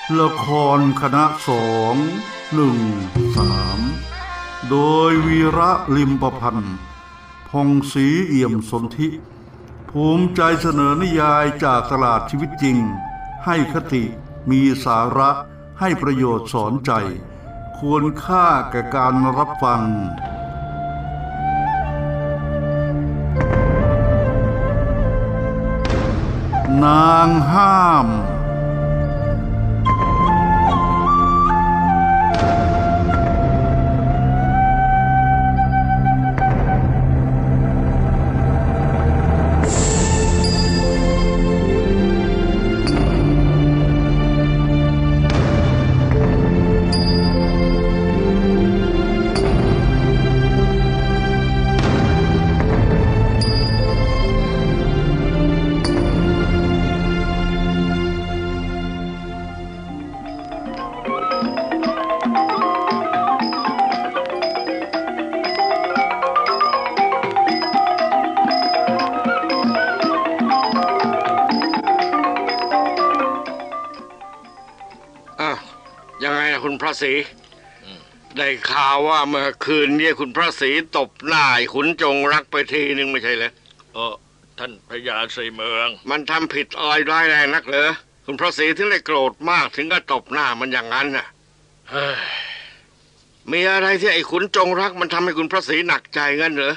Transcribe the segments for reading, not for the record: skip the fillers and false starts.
ละครคณะ2 1 3โดยวีระลิมประพันธ์พงศรีเอี่ยมสนธิภูมิใจเสนอนิยายจากตลาดชีวิตจริงให้คติมีสาระให้ประโยชน์สอนใจควรค่าแก่การรับฟังนางห้ามคุณพระศรีได้ข่าวว่าเมื่อคืนนี้คุณพระศรีตบหน้าขุนจงรักไปทีนึงไม่ใช่เหรอท่านพญาศรีเมืองมันทำผิดอะไรร้ายแรงนักเหรอคุณพระศรีถึงได้โกรธมากถึงก็ตบหน้ามันอย่างนั้นน่ะมีอะไรที่ไอ้ขุนจงรักมันทำให้คุณพระศรีหนักใจงั้นเหรอ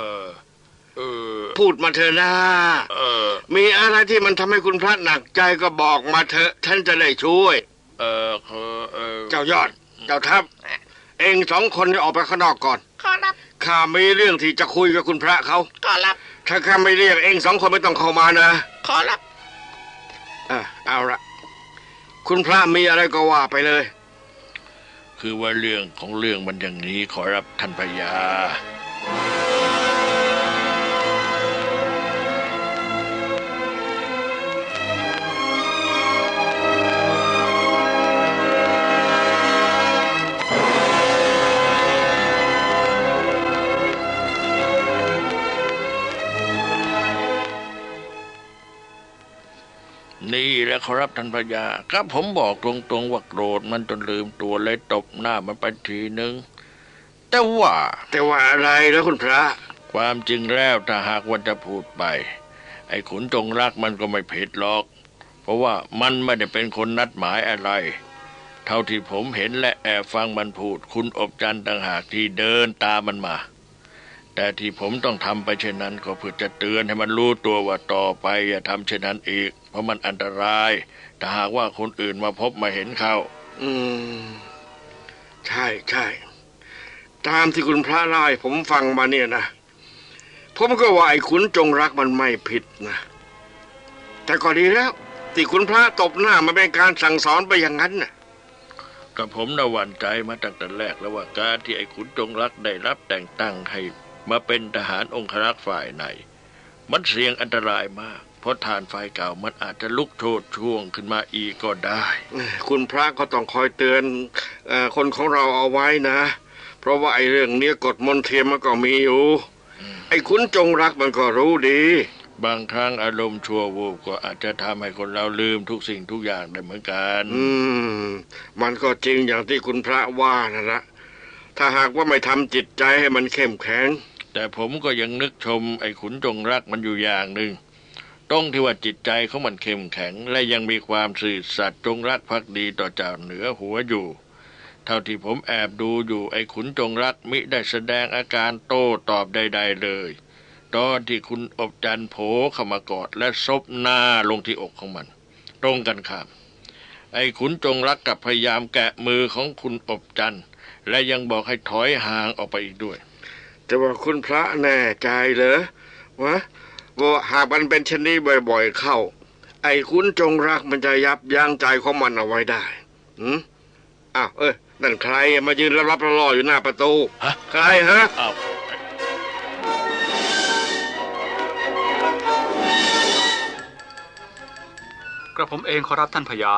พูดมาเถอะนะมีอะไรที่มันทำให้คุณพระหนักใจก็บอกมาเถอะท่านจะได้ช่วยเจ้ายอดเจ้าทัพเอง2 คนออกไปข้างนอกก่อนขอรับข้ามีเรื่องที่จะคุยกับคุณพระเขาขอรับถ้าข้าไม่เรียกเอง2 คนไม่ต้องเข้ามานะขอรับเอาละคุณพระมีอะไรก็ว่าไปเลยคือว่าเรื่องของเรื่องมันอย่างนี้ขอรับท่านพญานี่แหละขอรับท่านพญาครับผมบอกตรงๆว่าโกรธมันจนลืมตัวเลยตบหน้ามันไปทีนึงแต่ว่าอะไรนะคุณพระความจริงแล้วถ้าหากว่าจะพูดไปไอ้ขุนจงรักมันก็ไม่ผิดหรอกเพราะว่ามันไม่ได้เป็นคนนัดหมายอะไรเท่าที่ผมเห็นและแอบฟังมันพูดคุณอบจันทร์ต่างหากที่เดินตามมันมาแต่ที่ผมต้องทำไปเช่นนั้นก็เพื่อจะเตือนให้มันรู้ตัวว่าต่อไปอย่าทำเช่นนั้นอีกเพราะมันอันตรายถ้าหากว่าคนอื่นมาพบมาเห็นเขาใช่ตามที่คุณพระเล่าให้ผมฟังมาเนี่ยนะผมก็ว่าไอ้ขุนจงรักมันไม่ผิดนะแต่ก็ดีแล้วที่คุณพระตบหน้ามันเป็นการสั่งสอนไปอย่างนั้นน่ะกับผมน่ะหวั่นใจมาตั้งแต่แรกแล้วว่าการที่ไอ้ขุนจงรักได้รับแต่งตั้งให้มาเป็นทหารองครักษ์ฝ่ายในมันเสี่ยงอันตรายมากเพราะฐานไฟเก่ามันอาจจะลุกโชนช่วงขึ้นมาอีกก็ได้คุณพระก็ต้องคอยเตือนคนของเราเอาไว้นะเพราะว่าไอ้เรื่องนี้กฎมนเทียมมันก็มีอยู่ไอ้ขุนจงรักมันก็รู้ดีบางครั้งอารมณ์ชั่ววูบก็อาจจะทำให้คนเราลืมทุกสิ่งทุกอย่างได้เหมือนกันมันก็จริงอย่างที่คุณพระว่านั่นละถ้าหากว่าไม่ทำจิตใจให้มันเข้มแข็งแต่ผมก็ยังนึกชมไอ้ขุนจงรักมันอยู่อย่างหนึ่งตรงที่ว่าจิตใจของมันเข้มแข็งและยังมีความซื่อสัตย์จงรักภักดีต่อเจ้าเหนือหัวอยู่เท่าที่ผมแอบดูอยู่ไอ้ขุนจงรักมิได้แสดงอาการโต้ตอบใดๆเลยตอนที่คุณอบจันทร์โผล่เข้ามากอดและซบหน้าลงที่อกของมันตรงกันข้ามไอ้ขุนจงรักกับพยายามแกะมือของคุณอบจันทร์และยังบอกให้ถอยห่างออกไปอีกด้วยแต่ว่าคุณพระแน่ใจเหรอว่าหากมันเป็นเช่นนี้บ่อยๆเข้าไอ้ขุนจงรักมันจะยับยั้งใจของมันเอาไว้ได้นั่นใครมายืนรับรออยู่หน้าประตูใครฮะกระผมเองขอรับท่านพญา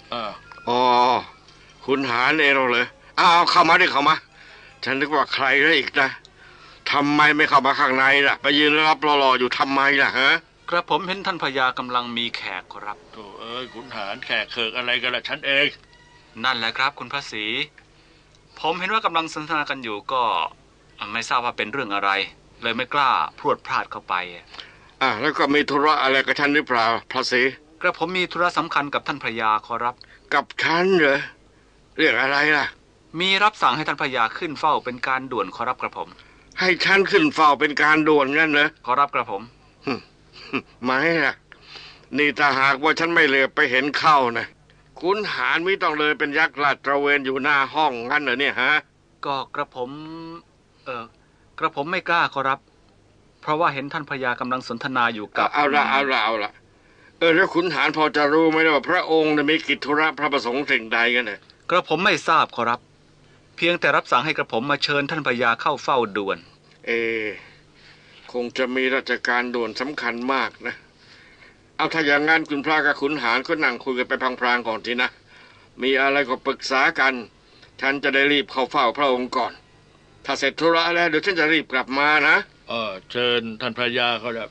คุณหารเองเลยเข้ามาดิเข้ามาฉันนึกว่าใครแล้วอีกนะทำไมไม่เข้ามาข้างในล่ะไปยืนรับรออยู่ทำไมล่ะฮะกระผมเห็นท่านพญากำลังมีแขกขอรับโธ่เอ้ยขุนหารแขกเขิกอะไรกันล่ะฉันเองนั่นแหละครับคุณพระศรีผมเห็นว่ากำลังสนทนากันอยู่ก็ไม่ทราบว่าเป็นเรื่องอะไรเลยไม่กล้าพรวดพลาดเข้าไปแล้วก็มีธุระอะไรกับฉันหรือเปล่าพระศรีกระผมมีธุระสำคัญกับท่านพญาขอรับกับฉันเหรอเรื่องอะไรล่ะมีรับสั่งให้ท่านพญาขึ้นเฝ้าเป็นการด่วนขอรับกระผมให้ฉันขึ้นเฝ้าเป็นการด่วนงั้นเหรอขอรับกระผมไม่ล่ะนี่ถ้าหากว่าฉันไม่เหลือไปเห็นเข้านะขุนหารไม่ต้องเลยเป็นยักษ์ลาดตระเวนอยู่หน้าห้องงั้นเหรอเนี่ยฮะก็กระผมไม่กล้าขอรับเพราะว่าเห็นท่านพญากำลังสนทนาอยู่กับเอาละแล้วขุนหารพอจะรู้ไหมว่าพระองค์มีกิจธุระพระประสงค์สิ่งใดกันเนี่ยกระผมไม่ทราบขอรับเพียงแต่รับสั่งให้กระผมมาเชิญท่านพญาเข้าเฝ้าด่วนคงจะมีราชการด่วนสำคัญมากนะเอาถ้าอย่างงั้นคุณพระกับขุนหารก็นั่งคุยกันไปพลางๆก่อนทีนะมีอะไรก็ปรึกษากันฉันจะได้รีบเข้าเฝ้าพระองค์ก่อนถ้าเสร็จธุระแล้วเดี๋ยวฉันจะรีบกลับมานะเชิญท่านพญาเขาครับ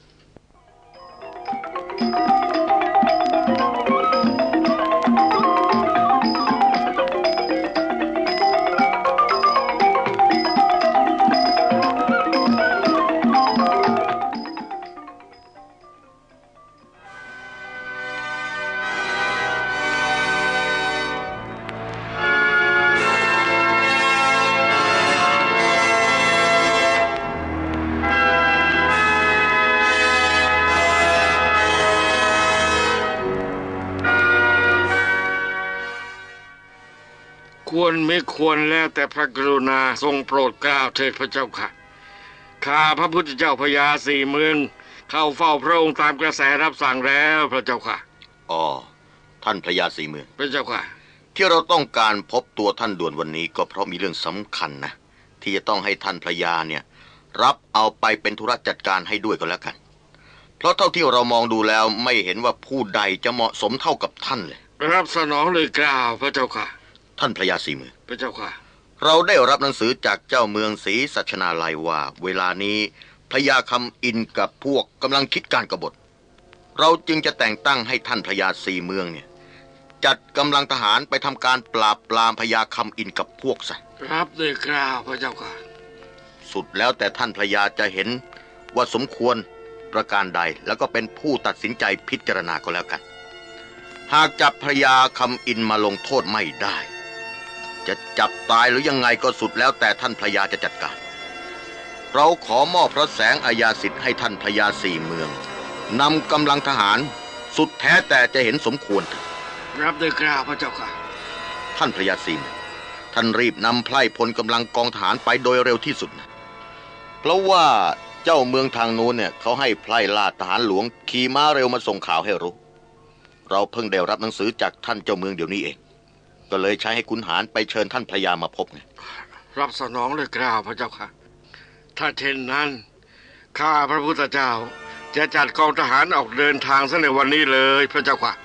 ควรไม่ควรแล้วแต่พระกรุณาทรงโปรดเกล้าเถิดพระเจ้าค่ะข้าพระพุทธเจ้าพญาสี่เมืองเข้าเฝ้าพระองค์ตามกระแสรับสั่งแล้วพระเจ้าค่ะท่านพญาสี่เมืองพระเจ้าค่ะที่เราต้องการพบตัวท่านด่วนวันนี้ก็เพราะมีเรื่องสำคัญนะที่จะต้องให้ท่านพญาเนี่ยรับเอาไปเป็นธุระจัดการให้ด้วยก็แล้วกันเพราะเท่าที่เรามองดูแล้วไม่เห็นว่าผู้ใดจะเหมาะสมเท่ากับท่านเลยรับสนองเลยกล่าวพระเจ้าค่ะท่านพญาสี่เมืองพระเจ้าค่ะเราได้รับหนังสือจากเจ้าเมืองศรีสัชนาลัยว่าเวลานี้พญาคำอินกับพวกกำลังคิดการกบฏเราจึงจะแต่งตั้งให้ท่านพญาสี่เมืองเนี่ยจัดกำลังทหารไปทำการปราบปรามพญาคำอินกับพวกซะรับเลยกล่าวพระเจ้าค่ะสุดแล้วแต่ท่านพญาจะเห็นว่าสมควรประการใดแล้วก็เป็นผู้ตัดสินใจพิจารณาก็แล้วกันหากจับพญาคำอินมาลงโทษไม่ได้จะจับตายหรือยังไงก็สุดแล้วแต่ท่านพญาจะจัดการเราขอมอบพระแสงอาญาสิทธิ์ให้ท่านพญาสี่เมืองนำกำลังทหารสุดแท้แต่จะเห็นสมควรรับด้วยกล้าพระเจ้าค่ะท่านพญาสี่เมืองท่านรีบนำไพร่พลกำลังกองทหารไปโดยเร็วที่สุดนะเพราะว่าเจ้าเมืองทางโน้นเนี่ยเขาให้ไพร่ล่าทหารหลวงขี่ม้าเร็วมาส่งข่าวให้รู้เราเพิ่งได้รับหนังสือจากท่านเจ้าเมืองเดี๋ยวนี้เองก็เลยใช้ให้ขุนหารไปเชิญท่านพญามาพบไงรับสนองเลยกล่าวพระเจ้าค่ะถ้าเช่นนั้นข้าพระพุทธเจ้าจะจัดกองทหารออกเดินทางซะในวันนี้เลยพระเจ้าค่ะ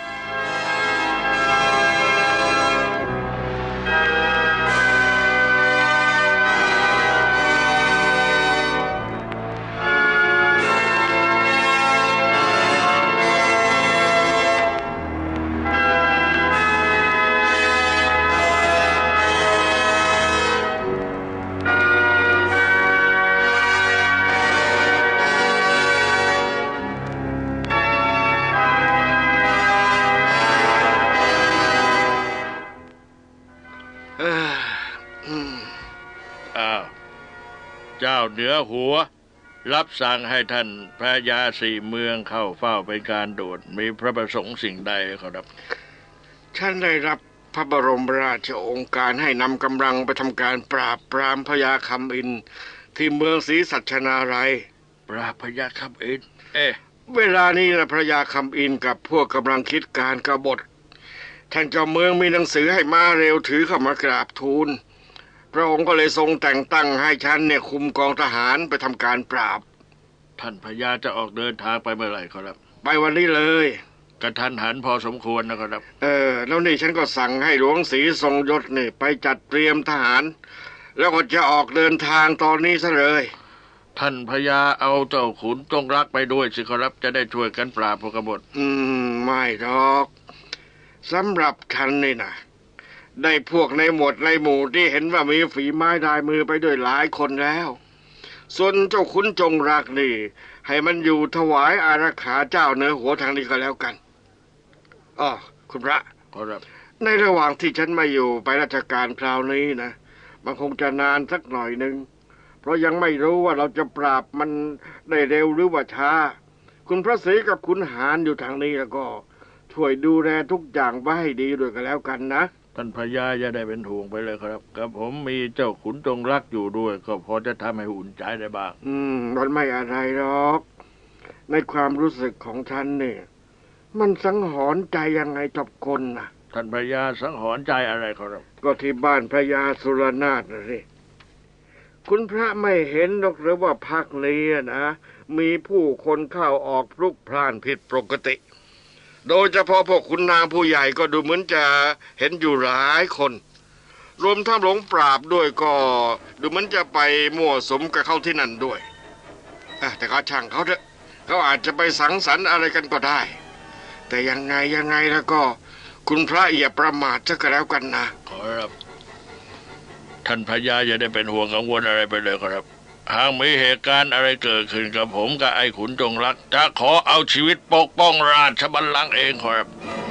เจ้าเหนือหัวรับสั่งให้ท่านพญาสี่เมืองเข้าเฝ้าเป็นการด่วนมีพระประสงค์สิ่งใดครับท่านได้รับพระบรมราชโองการให้นำกำลังไปทำการปราบปรามพญาคำอินที่เมืองศรีสัชนาลัยปราบพญาคำอินเวลานี้นะพญาคำอินกับพวกกำลังคิดการกบฏท่านเจ้าเมืองมีหนังสือให้ม้าเร็วถือเข้ามากราบทูลพระองค์ก็เลยทรงแต่งตั้งให้ฉันเนี่ยคุมกองทหารไปทำการปราบท่านพญาจะออกเดินทางไปเมื่อไหร่ครับไปวันนี้เลยกระทันหันพอสมควรนะครับแล้วนี่ฉันก็สั่งให้หลวงศรีทรงยศนี่ไปจัดเตรียมทหารแล้วก็จะออกเดินทางตอนนี้ซะเลยท่านพญาเอาเจ้าขุนจงรักไปด้วยสิครับจะได้ช่วยกันปราบพวกกบฏไม่หรอกสำหรับฉันนี่นะได้พวกในหมวดในหมู่ที่เห็นว่ามีฝีไม้ลายมือไปด้วยหลายคนแล้วส่วนเจ้าขุนจงรักนี่ให้มันอยู่ถวายอารักขาเจ้าเหนือหัวทางนี้ก็แล้วกันอ้อคุณพระครับในระหว่างที่ฉันมาอยู่ไปราชการคราวนี้นะมันคงจะนานสักหน่อยนึงเพราะยังไม่รู้ว่าเราจะปราบมันได้เร็วหรือว่าช้าคุณพระศรีกับคุณหารอยู่ทางนี้แล้วก็ช่วยดูแลทุกอย่างไว้ให้ดีด้วยกันแล้วกันนะท่านพญาอย่าได้เป็นห่วงไปเลยครับกับผมมีเจ้าขุนจงรักอยู่ด้วยก็พอจะทำให้อุ่นใจได้บ้างมันไม่อะไรหรอกในความรู้สึกของฉันเนี่ยมันสังหรณ์ใจยังไงกับคนนะท่านพญาสังหรณ์ใจอะไรครับก็ที่บ้านพญาสุรนาถนะสิคุณพระไม่เห็นหรอกหรือว่าภาคนี้นะมีผู้คนเข้าออกพลุกพล่านผิดปกติโดยเฉพาะพวกคุณนางผู้ใหญ่ก็ดูเหมือนจะเห็นอยู่หลายคนรวมทั้งหลงปราบด้วยก็ดูเหมือนจะไปมั่วสุมกับเขาที่นั่นด้วยแต่ก็ช่างเขาเถอะเขาอาจจะไปสังสรรค์อะไรกันก็ได้แต่ยังไงแล้วก็คุณพระอย่าประมาทซะก็แล้วกันนะครับท่านพญาอย่าได้เป็นห่วงกังวลอะไรไปเลยครับหากมีเหตุการณ์อะไรเกิดขึ้นกับผมกับไอ้ขุนจงรักจะขอเอาชีวิตปกป้องราชบัลลังก์เองครับ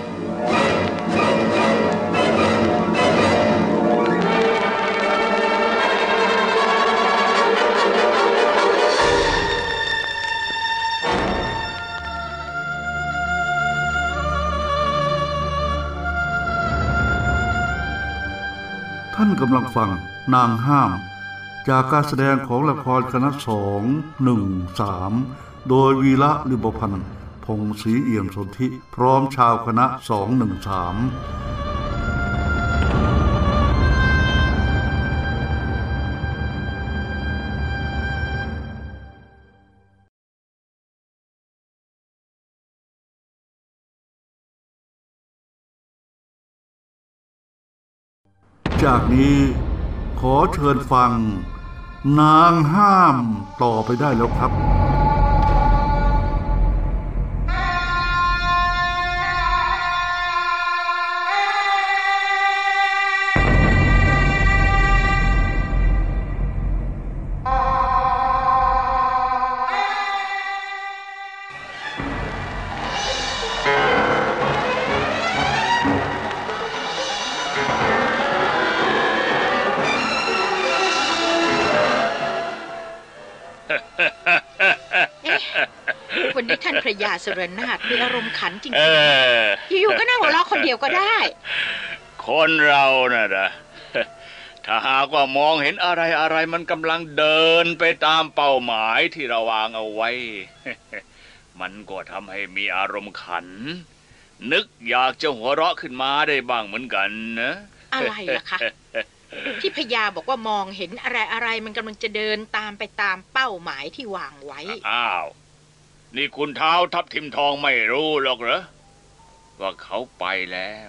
ท่านกำลังฟังนางห้ามจากการแสดงของละครคณะ213โดยวีระลิมพันธ์พงศรีเอี่ยมสนธิพร้อมชาวคณะ213จากนี้ขอเชิญฟังนางห้ามต่อไปได้แล้วครับวันนี้ท่านพระยาสุรนาถมีอารมณ์ขันจริงๆอยู่ๆก็นั่งหัวเราะคนเดียวก็ได้คนเราน่ะนะถ้าหากว่ามองเห็นอะไรมันกำลังเดินไปตามเป้าหมายที่เราวางเอาไว้ มันก็ทำให้มีอารมณ์ขันนึกอยากจะหัวเราะขึ้นมาได้บ้างเหมือนกันนะอะไรล่ะคะที่พญาบอกว่ามองเห็นอะไรมันกำลังจะเดินตามไปตามเป้าหมายที่วางไว้อ้าวนี่คุณเท้าทับทิมทองไม่รู้หรอกเหรอว่าเขาไปแล้ว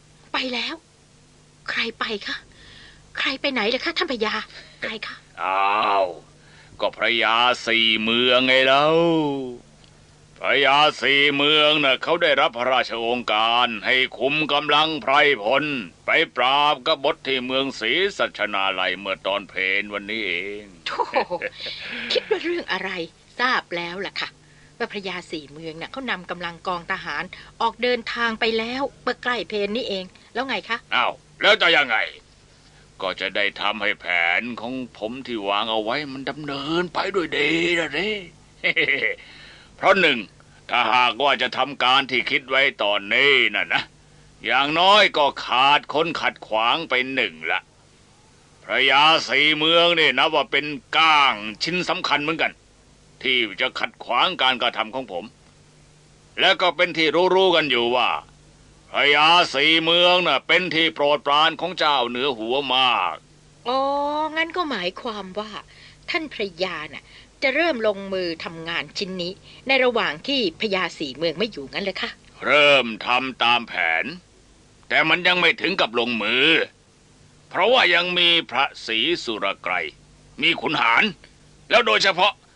ใครไปคะใครไปไหนเลยคะท่านพญาใครคะอ้าวก็พระยาสี่เมืองไงเล่าพระยาสี่เมืองน่ะเขาได้รับพระราชโองการให้คุมกำลังไพรพลไปปราบกบฏที่เมืองศรีสัชนาลัยเมื่อตอนเพลวันนี้เองโธ่คิดว่าเรื่องอะไรทราบแล้วล่ะค่ะว่าพระยาสี่เมืองน่ะเขานำกำลังกองทหารออกเดินทางไปแล้วเมื่อใกล้เพลนี้เองแล้วไงคะอ้าวแล้วจะยังไงก็จะได้ทำให้แผนของผมที่วางเอาไว้มันดำเนินไปด้วยดีนะเด้ เพราะหนึ่งถ้าหากว่าจะทำการที่คิดไว้ตอนนี้นะอย่างน้อยก็ขาดคนขัดขวางไปหนึ่งละพระยาสี่เมืองนี่นับว่าเป็นก้างชิ้นสำคัญเหมือนกันที่จะขัดขวางการกระทำของผมและก็เป็นที่รู้กันอยู่ว่าพระยาสี่เมืองน่ะเป็นที่โปรดปรานของเจ้าเหนือหัวมากอ๋องั้นก็หมายความว่าท่านพระยาน่ะจะเริ่มลงมือทำงานชิ้นนี้ในระหว่างที่พญาสี่เมืองไม่อยู่งั้นเลยคะเริ่มทำตามแผนแต่มันยังไม่ถึงกับลงมือเพราะว่ายังมีพระศรีสุรไกรมีขุนหารแล้วโดยเฉพาะ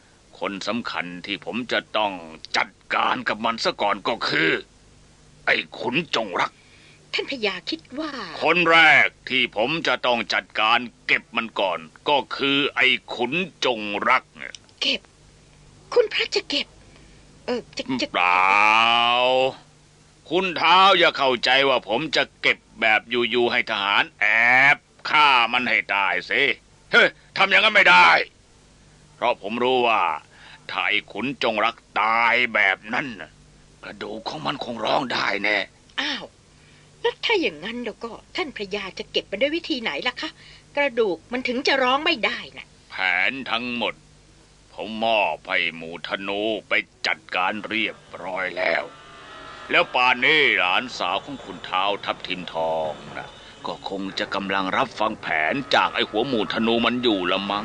คนสำคัญที่ผมจะต้องจัดการกับมันซะก่อนก็คือไอ้ขุนจงรักท่านพญาคิดว่าคนแรกที่ผมจะต้องจัดการเก็บมันก่อนก็คือไอ้ขุนจงรักเนี่ยเก็บคุณพระจะเก็บจะเปล่าคุณเท้าอย่าเข้าใจว่าผมจะเก็บแบบอยู่ๆให้ทหารแอบฆ่ามันให้ตายสิเฮ้ยทำอย่างนั้นไม่ได้เพราะผมรู้ว่าถ้าไอ้ขุนจงรักตายแบบนั้นกระดูกของมันคงร้องได้แน่อ้าวแล้วถ้าอย่างนั้นแล้วก็ท่านพญาจะเก็บมันด้วยวิธีไหนล่ะคะกระดูกมันถึงจะร้องไม่ได้นะแผนทั้งหมดผมมอบให้หมู่ธนูไปจัดการเรียบร้อยแล้วป่านนี้หลานสาวของคุณเท้าทับทิมทองนะก็คงจะกำลังรับฟังแผนจากไอ้หัวหมู่ธนูมันอยู่ละมั้ง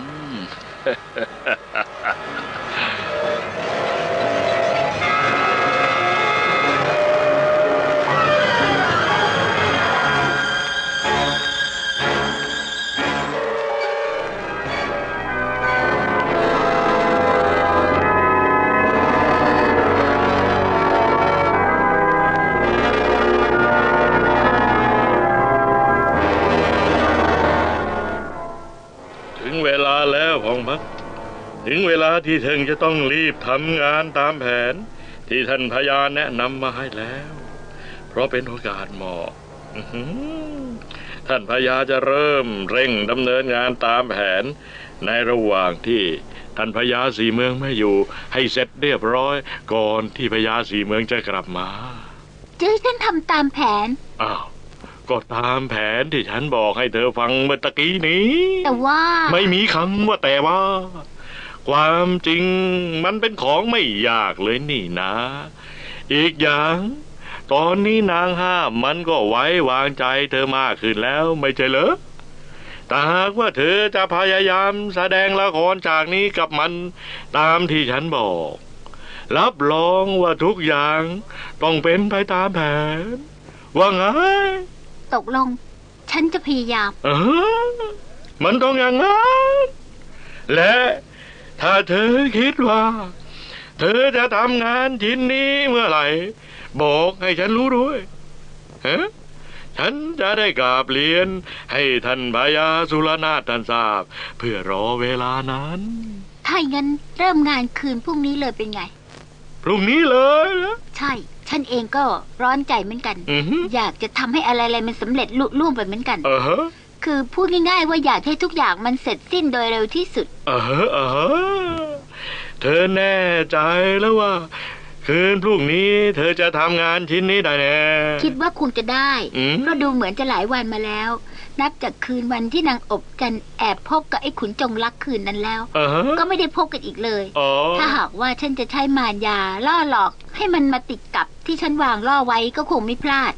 ถึงเวลาที่เธอจะต้องรีบทำงานตามแผนที่ท่านพญาแนะนำมาให้แล้วเพราะเป็นโอกาสเหมาะท่านพญาจะเริ่มเร่งดำเนินงานตามแผนในระหว่างที่ท่านพญาสีเมืองไม่อยู่ให้เสร็จเรียบร้อยก่อนที่พญาสีเมืองจะกลับมาจะให้ฉันทำตามแผนอ้าวก็ตามแผนที่ฉันบอกให้เธอฟังเมื่อตะกี้นี้แต่ว่าไม่มีคำว่าแต่ว่าความจริงมันเป็นของไม่ยากเลยนี่นะอีกอย่างตอนนี้นางห้ามมันก็ไว้วางใจเธอมากขึ้นแล้วไม่ใช่เหรอแต่หากว่าเธอจะพยายามแสดงละครจากนี้กับมันตามที่ฉันบอกรับรองว่าทุกอย่างต้องเป็นไปตามแผนว่าไงตกลงฉันจะพยายามมันต้องอย่างนั้นและถ้าเธอคิดว่าเธอจะทำงานชิ้นนี้เมื่อไหร่บอกให้ฉันรู้ด้วยฉันจะได้กราบเรียนให้ท่านพญาสุรนาถท่านทราบเพื่อรอเวลานั้นถ้าอย่างนั้นเริ่มงานคืนพรุ่งนี้เลยเป็นไงพรุ่งนี้เลยนะใช่ฉันเองก็ร้อนใจเหมือนกัน อยากจะทำให้อะไรๆมันสำเร็จลุล่วงไปเหมือนกันคือพูดง่ายๆว่าอยากให้ทุกอย่างมันเสร็จสิ้นโดยเร็วที่สุดเธอแน่ใจแล้วว่าคืนพรุ่งนี้เธอจะทำงานชิ้นนี้ได้แน่คิดว่าคงจะได้เพราะดูเหมือนจะหลายวันมาแล้วนับจากคืนวันที่นางอบกันแอบพบกับไอ้ขุนจงรักคืนนั้นแล้วก็ไม่ได้พบกันอีกเลยถ้าหากว่าฉันจะใช้มารยาล่อหลอกให้มันมาติดกับที่ฉันวางล่อไว้ก็คงไม่พลาด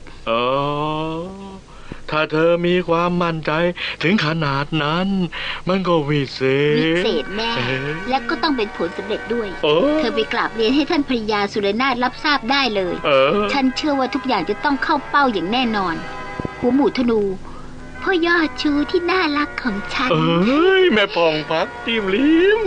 ถ้าเธอมีความมั่นใจถึงขนาดนั้นมันก็วิเศษแน่และก็ต้องเป็นผลสำเร็จด้วยเธอไปกราบเรียนให้ท่านพญาสุรนาถรับทราบได้เลยฉันเชื่อว่าทุกอย่างจะต้องเข้าเป้าอย่างแน่นอนหัวหมูธนูพ่อยอดชูที่น่ารักของฉันแม่ผ่องพักจิ้มลิ้ม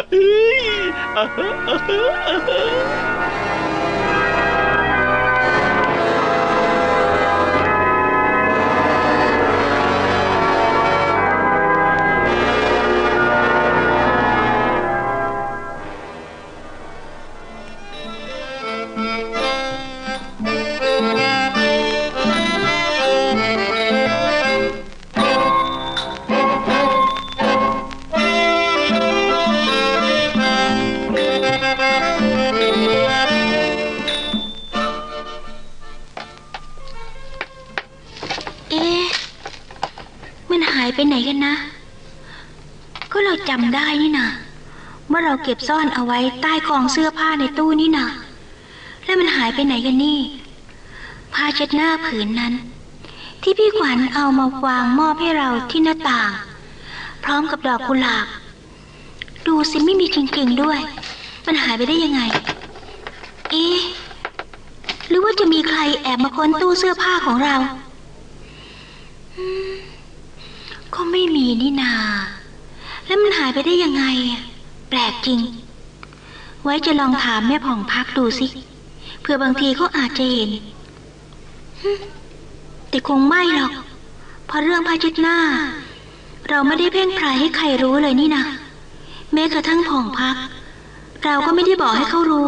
ไปไหนกันนะก็เราจำได้นี่นะเมื่อเราเก็บซ่อนเอาไว้ใต้กองเสื้อผ้าในตู้นี่นะแล้วมันหายไปไหนกันนี่ผ้าเช็ดหน้าผืนนั้นที่พี่ขวัญเอามาวางมอบให้เราที่หน้าต่างพร้อมกับดอกกุหลาบดูสิไม่มีจริงๆด้วยมันหายไปได้ยังไงหรือว่าจะมีใครแอบมาค้นตู้เสื้อผ้าของเราก็ไม่มีนี่นาแล้วมันหายไปได้ยังไงแปลกจริงไว้จะลองถามแม่ผ่องพักดูสิเผื่อบางทีเขาอาจจะเห็นแต่คงไม่หรอกเพราะเรื่องผ้าเช็ดหน้าเราไม่ได้เพ่งพรายให้ใครรู้เลยนี่นะแม้กระทั่งผ่องพักเราก็ไม่ได้บอกให้เขารู้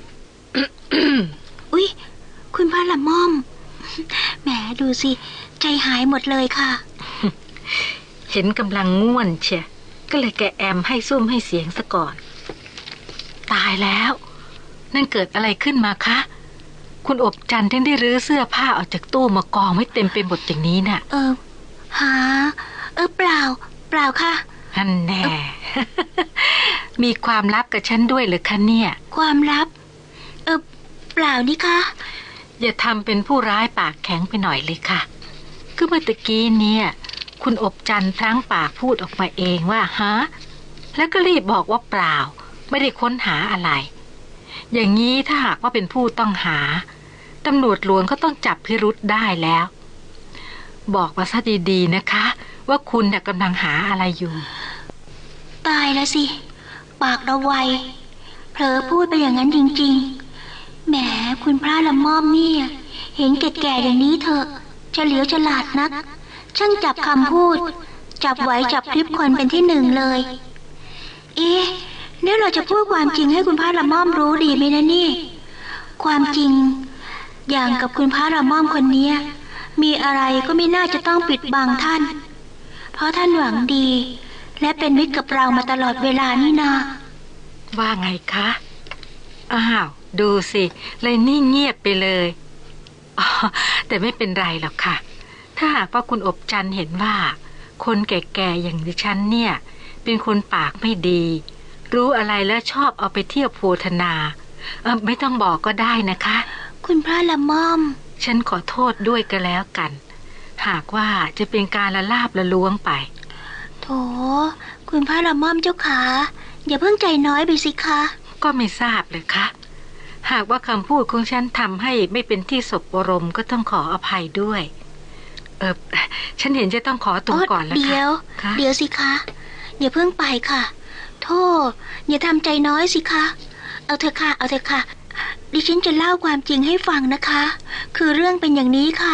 อุ๊ยคุณพระละม่อมแหมดูสิใจหายหมดเลยค่ะเห็นกำลังง่วนเชียก็เลยแกแอมให้ซุ่มให้เสียงซะก่อนตายแล้วนั่นเกิดอะไรขึ้นมาคะคุณอบจันทร์ถึงได้รื้อเสื้อผ้าออกจากตู้มากองไว้เต็มไปหมดอย่างนี้น่ะเปล่าค่ะนั่นแน่ มีความลับกับฉันด้วยเหรอคะเนี่ยความลับเปล่านี่คะอย่าทำเป็นผู้ร้ายปากแข็งไปหน่อยเลยค่ะคือเมื่อตะกี้เนี่ยคุณอบจันทร์พลั้งปากพูดออกมาเองว่าฮะแล้วก็รีบบอกว่าเปล่าไม่ได้ค้นหาอะไรอย่างนี้ถ้าหากว่าเป็นผู้ต้องหาตำรวจหลวงก็ต้องจับพิรุธได้แล้วบอกมาซะดีๆนะคะว่าคุณน่ะกำลังหาอะไรอยู่ตายแล้วสิปากเราไวเผลอพูดไปอย่างนั้นจริงๆแหมคุณพระละม่อมเนี่ยเห็นแก่ๆอย่างนี้เถอะเฉลียวฉลาดนักช่างจับคำพูดจับไหวจับพริบคนเป็นที่หนึ่งเลยเนี่ยเราจะพูดความจริงให้คุณพระละม่อมรู้ดีไหมนะนี่ความจริงอย่างกับคุณพระละม่อมคนนี้มีอะไรก็ไม่น่าจะต้องปิดบังท่านเพราะท่านหวังดีและเป็นมิตรกับเรามาตลอดเวลานี่นาว่าไงคะอ้าวดูสิเลยนิ่งเงียบไปเลยแต่ไม่เป็นไรหรอกค่ะถ้าหากว่าคุณอบจันทร์เห็นว่าคนแก่ๆอย่างดิฉันเนี่ยเป็นคนปากไม่ดีรู้อะไรแล้วชอบเอาไปเที่ยวโพธนาไม่ต้องบอกก็ได้นะคะคุณพระละม่อมฉันขอโทษด้วยก็แล้วกันหากว่าจะเป็นการละลาบละล้วงไปโถคุณพระละม่อมเจ้าขาอย่าเพิ่งใจน้อยไปสิคะก็ไม่ทราบเลยค่ะหากว่าคำพูดของฉันทำให้ไม่เป็นที่สบอารมณ์ก็ต้องขออภัยด้วยฉันเห็นจะต้องขอตัวก่อนแล้วค่ะเดี๋ยวสิคะอย่าเพิ่งไปค่ะโทษอย่าทำใจน้อยสิคะเอาเถอะค่ะดิฉันจะเล่าความจริงให้ฟังนะคะคือเรื่องเป็นอย่างนี้ค่ะ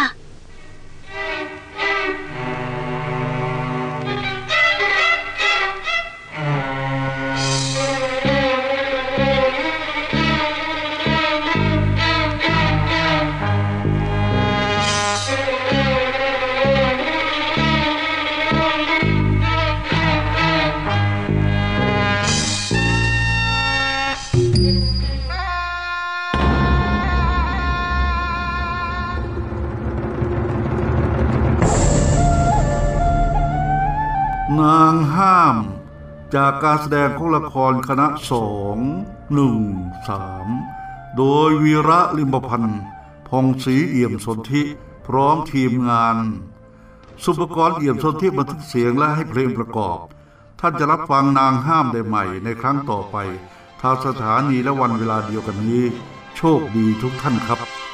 นางห้ามจากการแสดงของละครคณะ2-1-3โดยวีระลิมพันธ์พงศรีเอี่ยมสนธิพร้อมทีมงานสุภกรเอี่ยมสนธิบันทึกเสียงและให้เพลงประกอบท่านจะรับฟังนางห้ามได้ใหม่ในครั้งต่อไปทางสถานีและวันเวลาเดียวกันนี้โชคดีทุกท่านครับ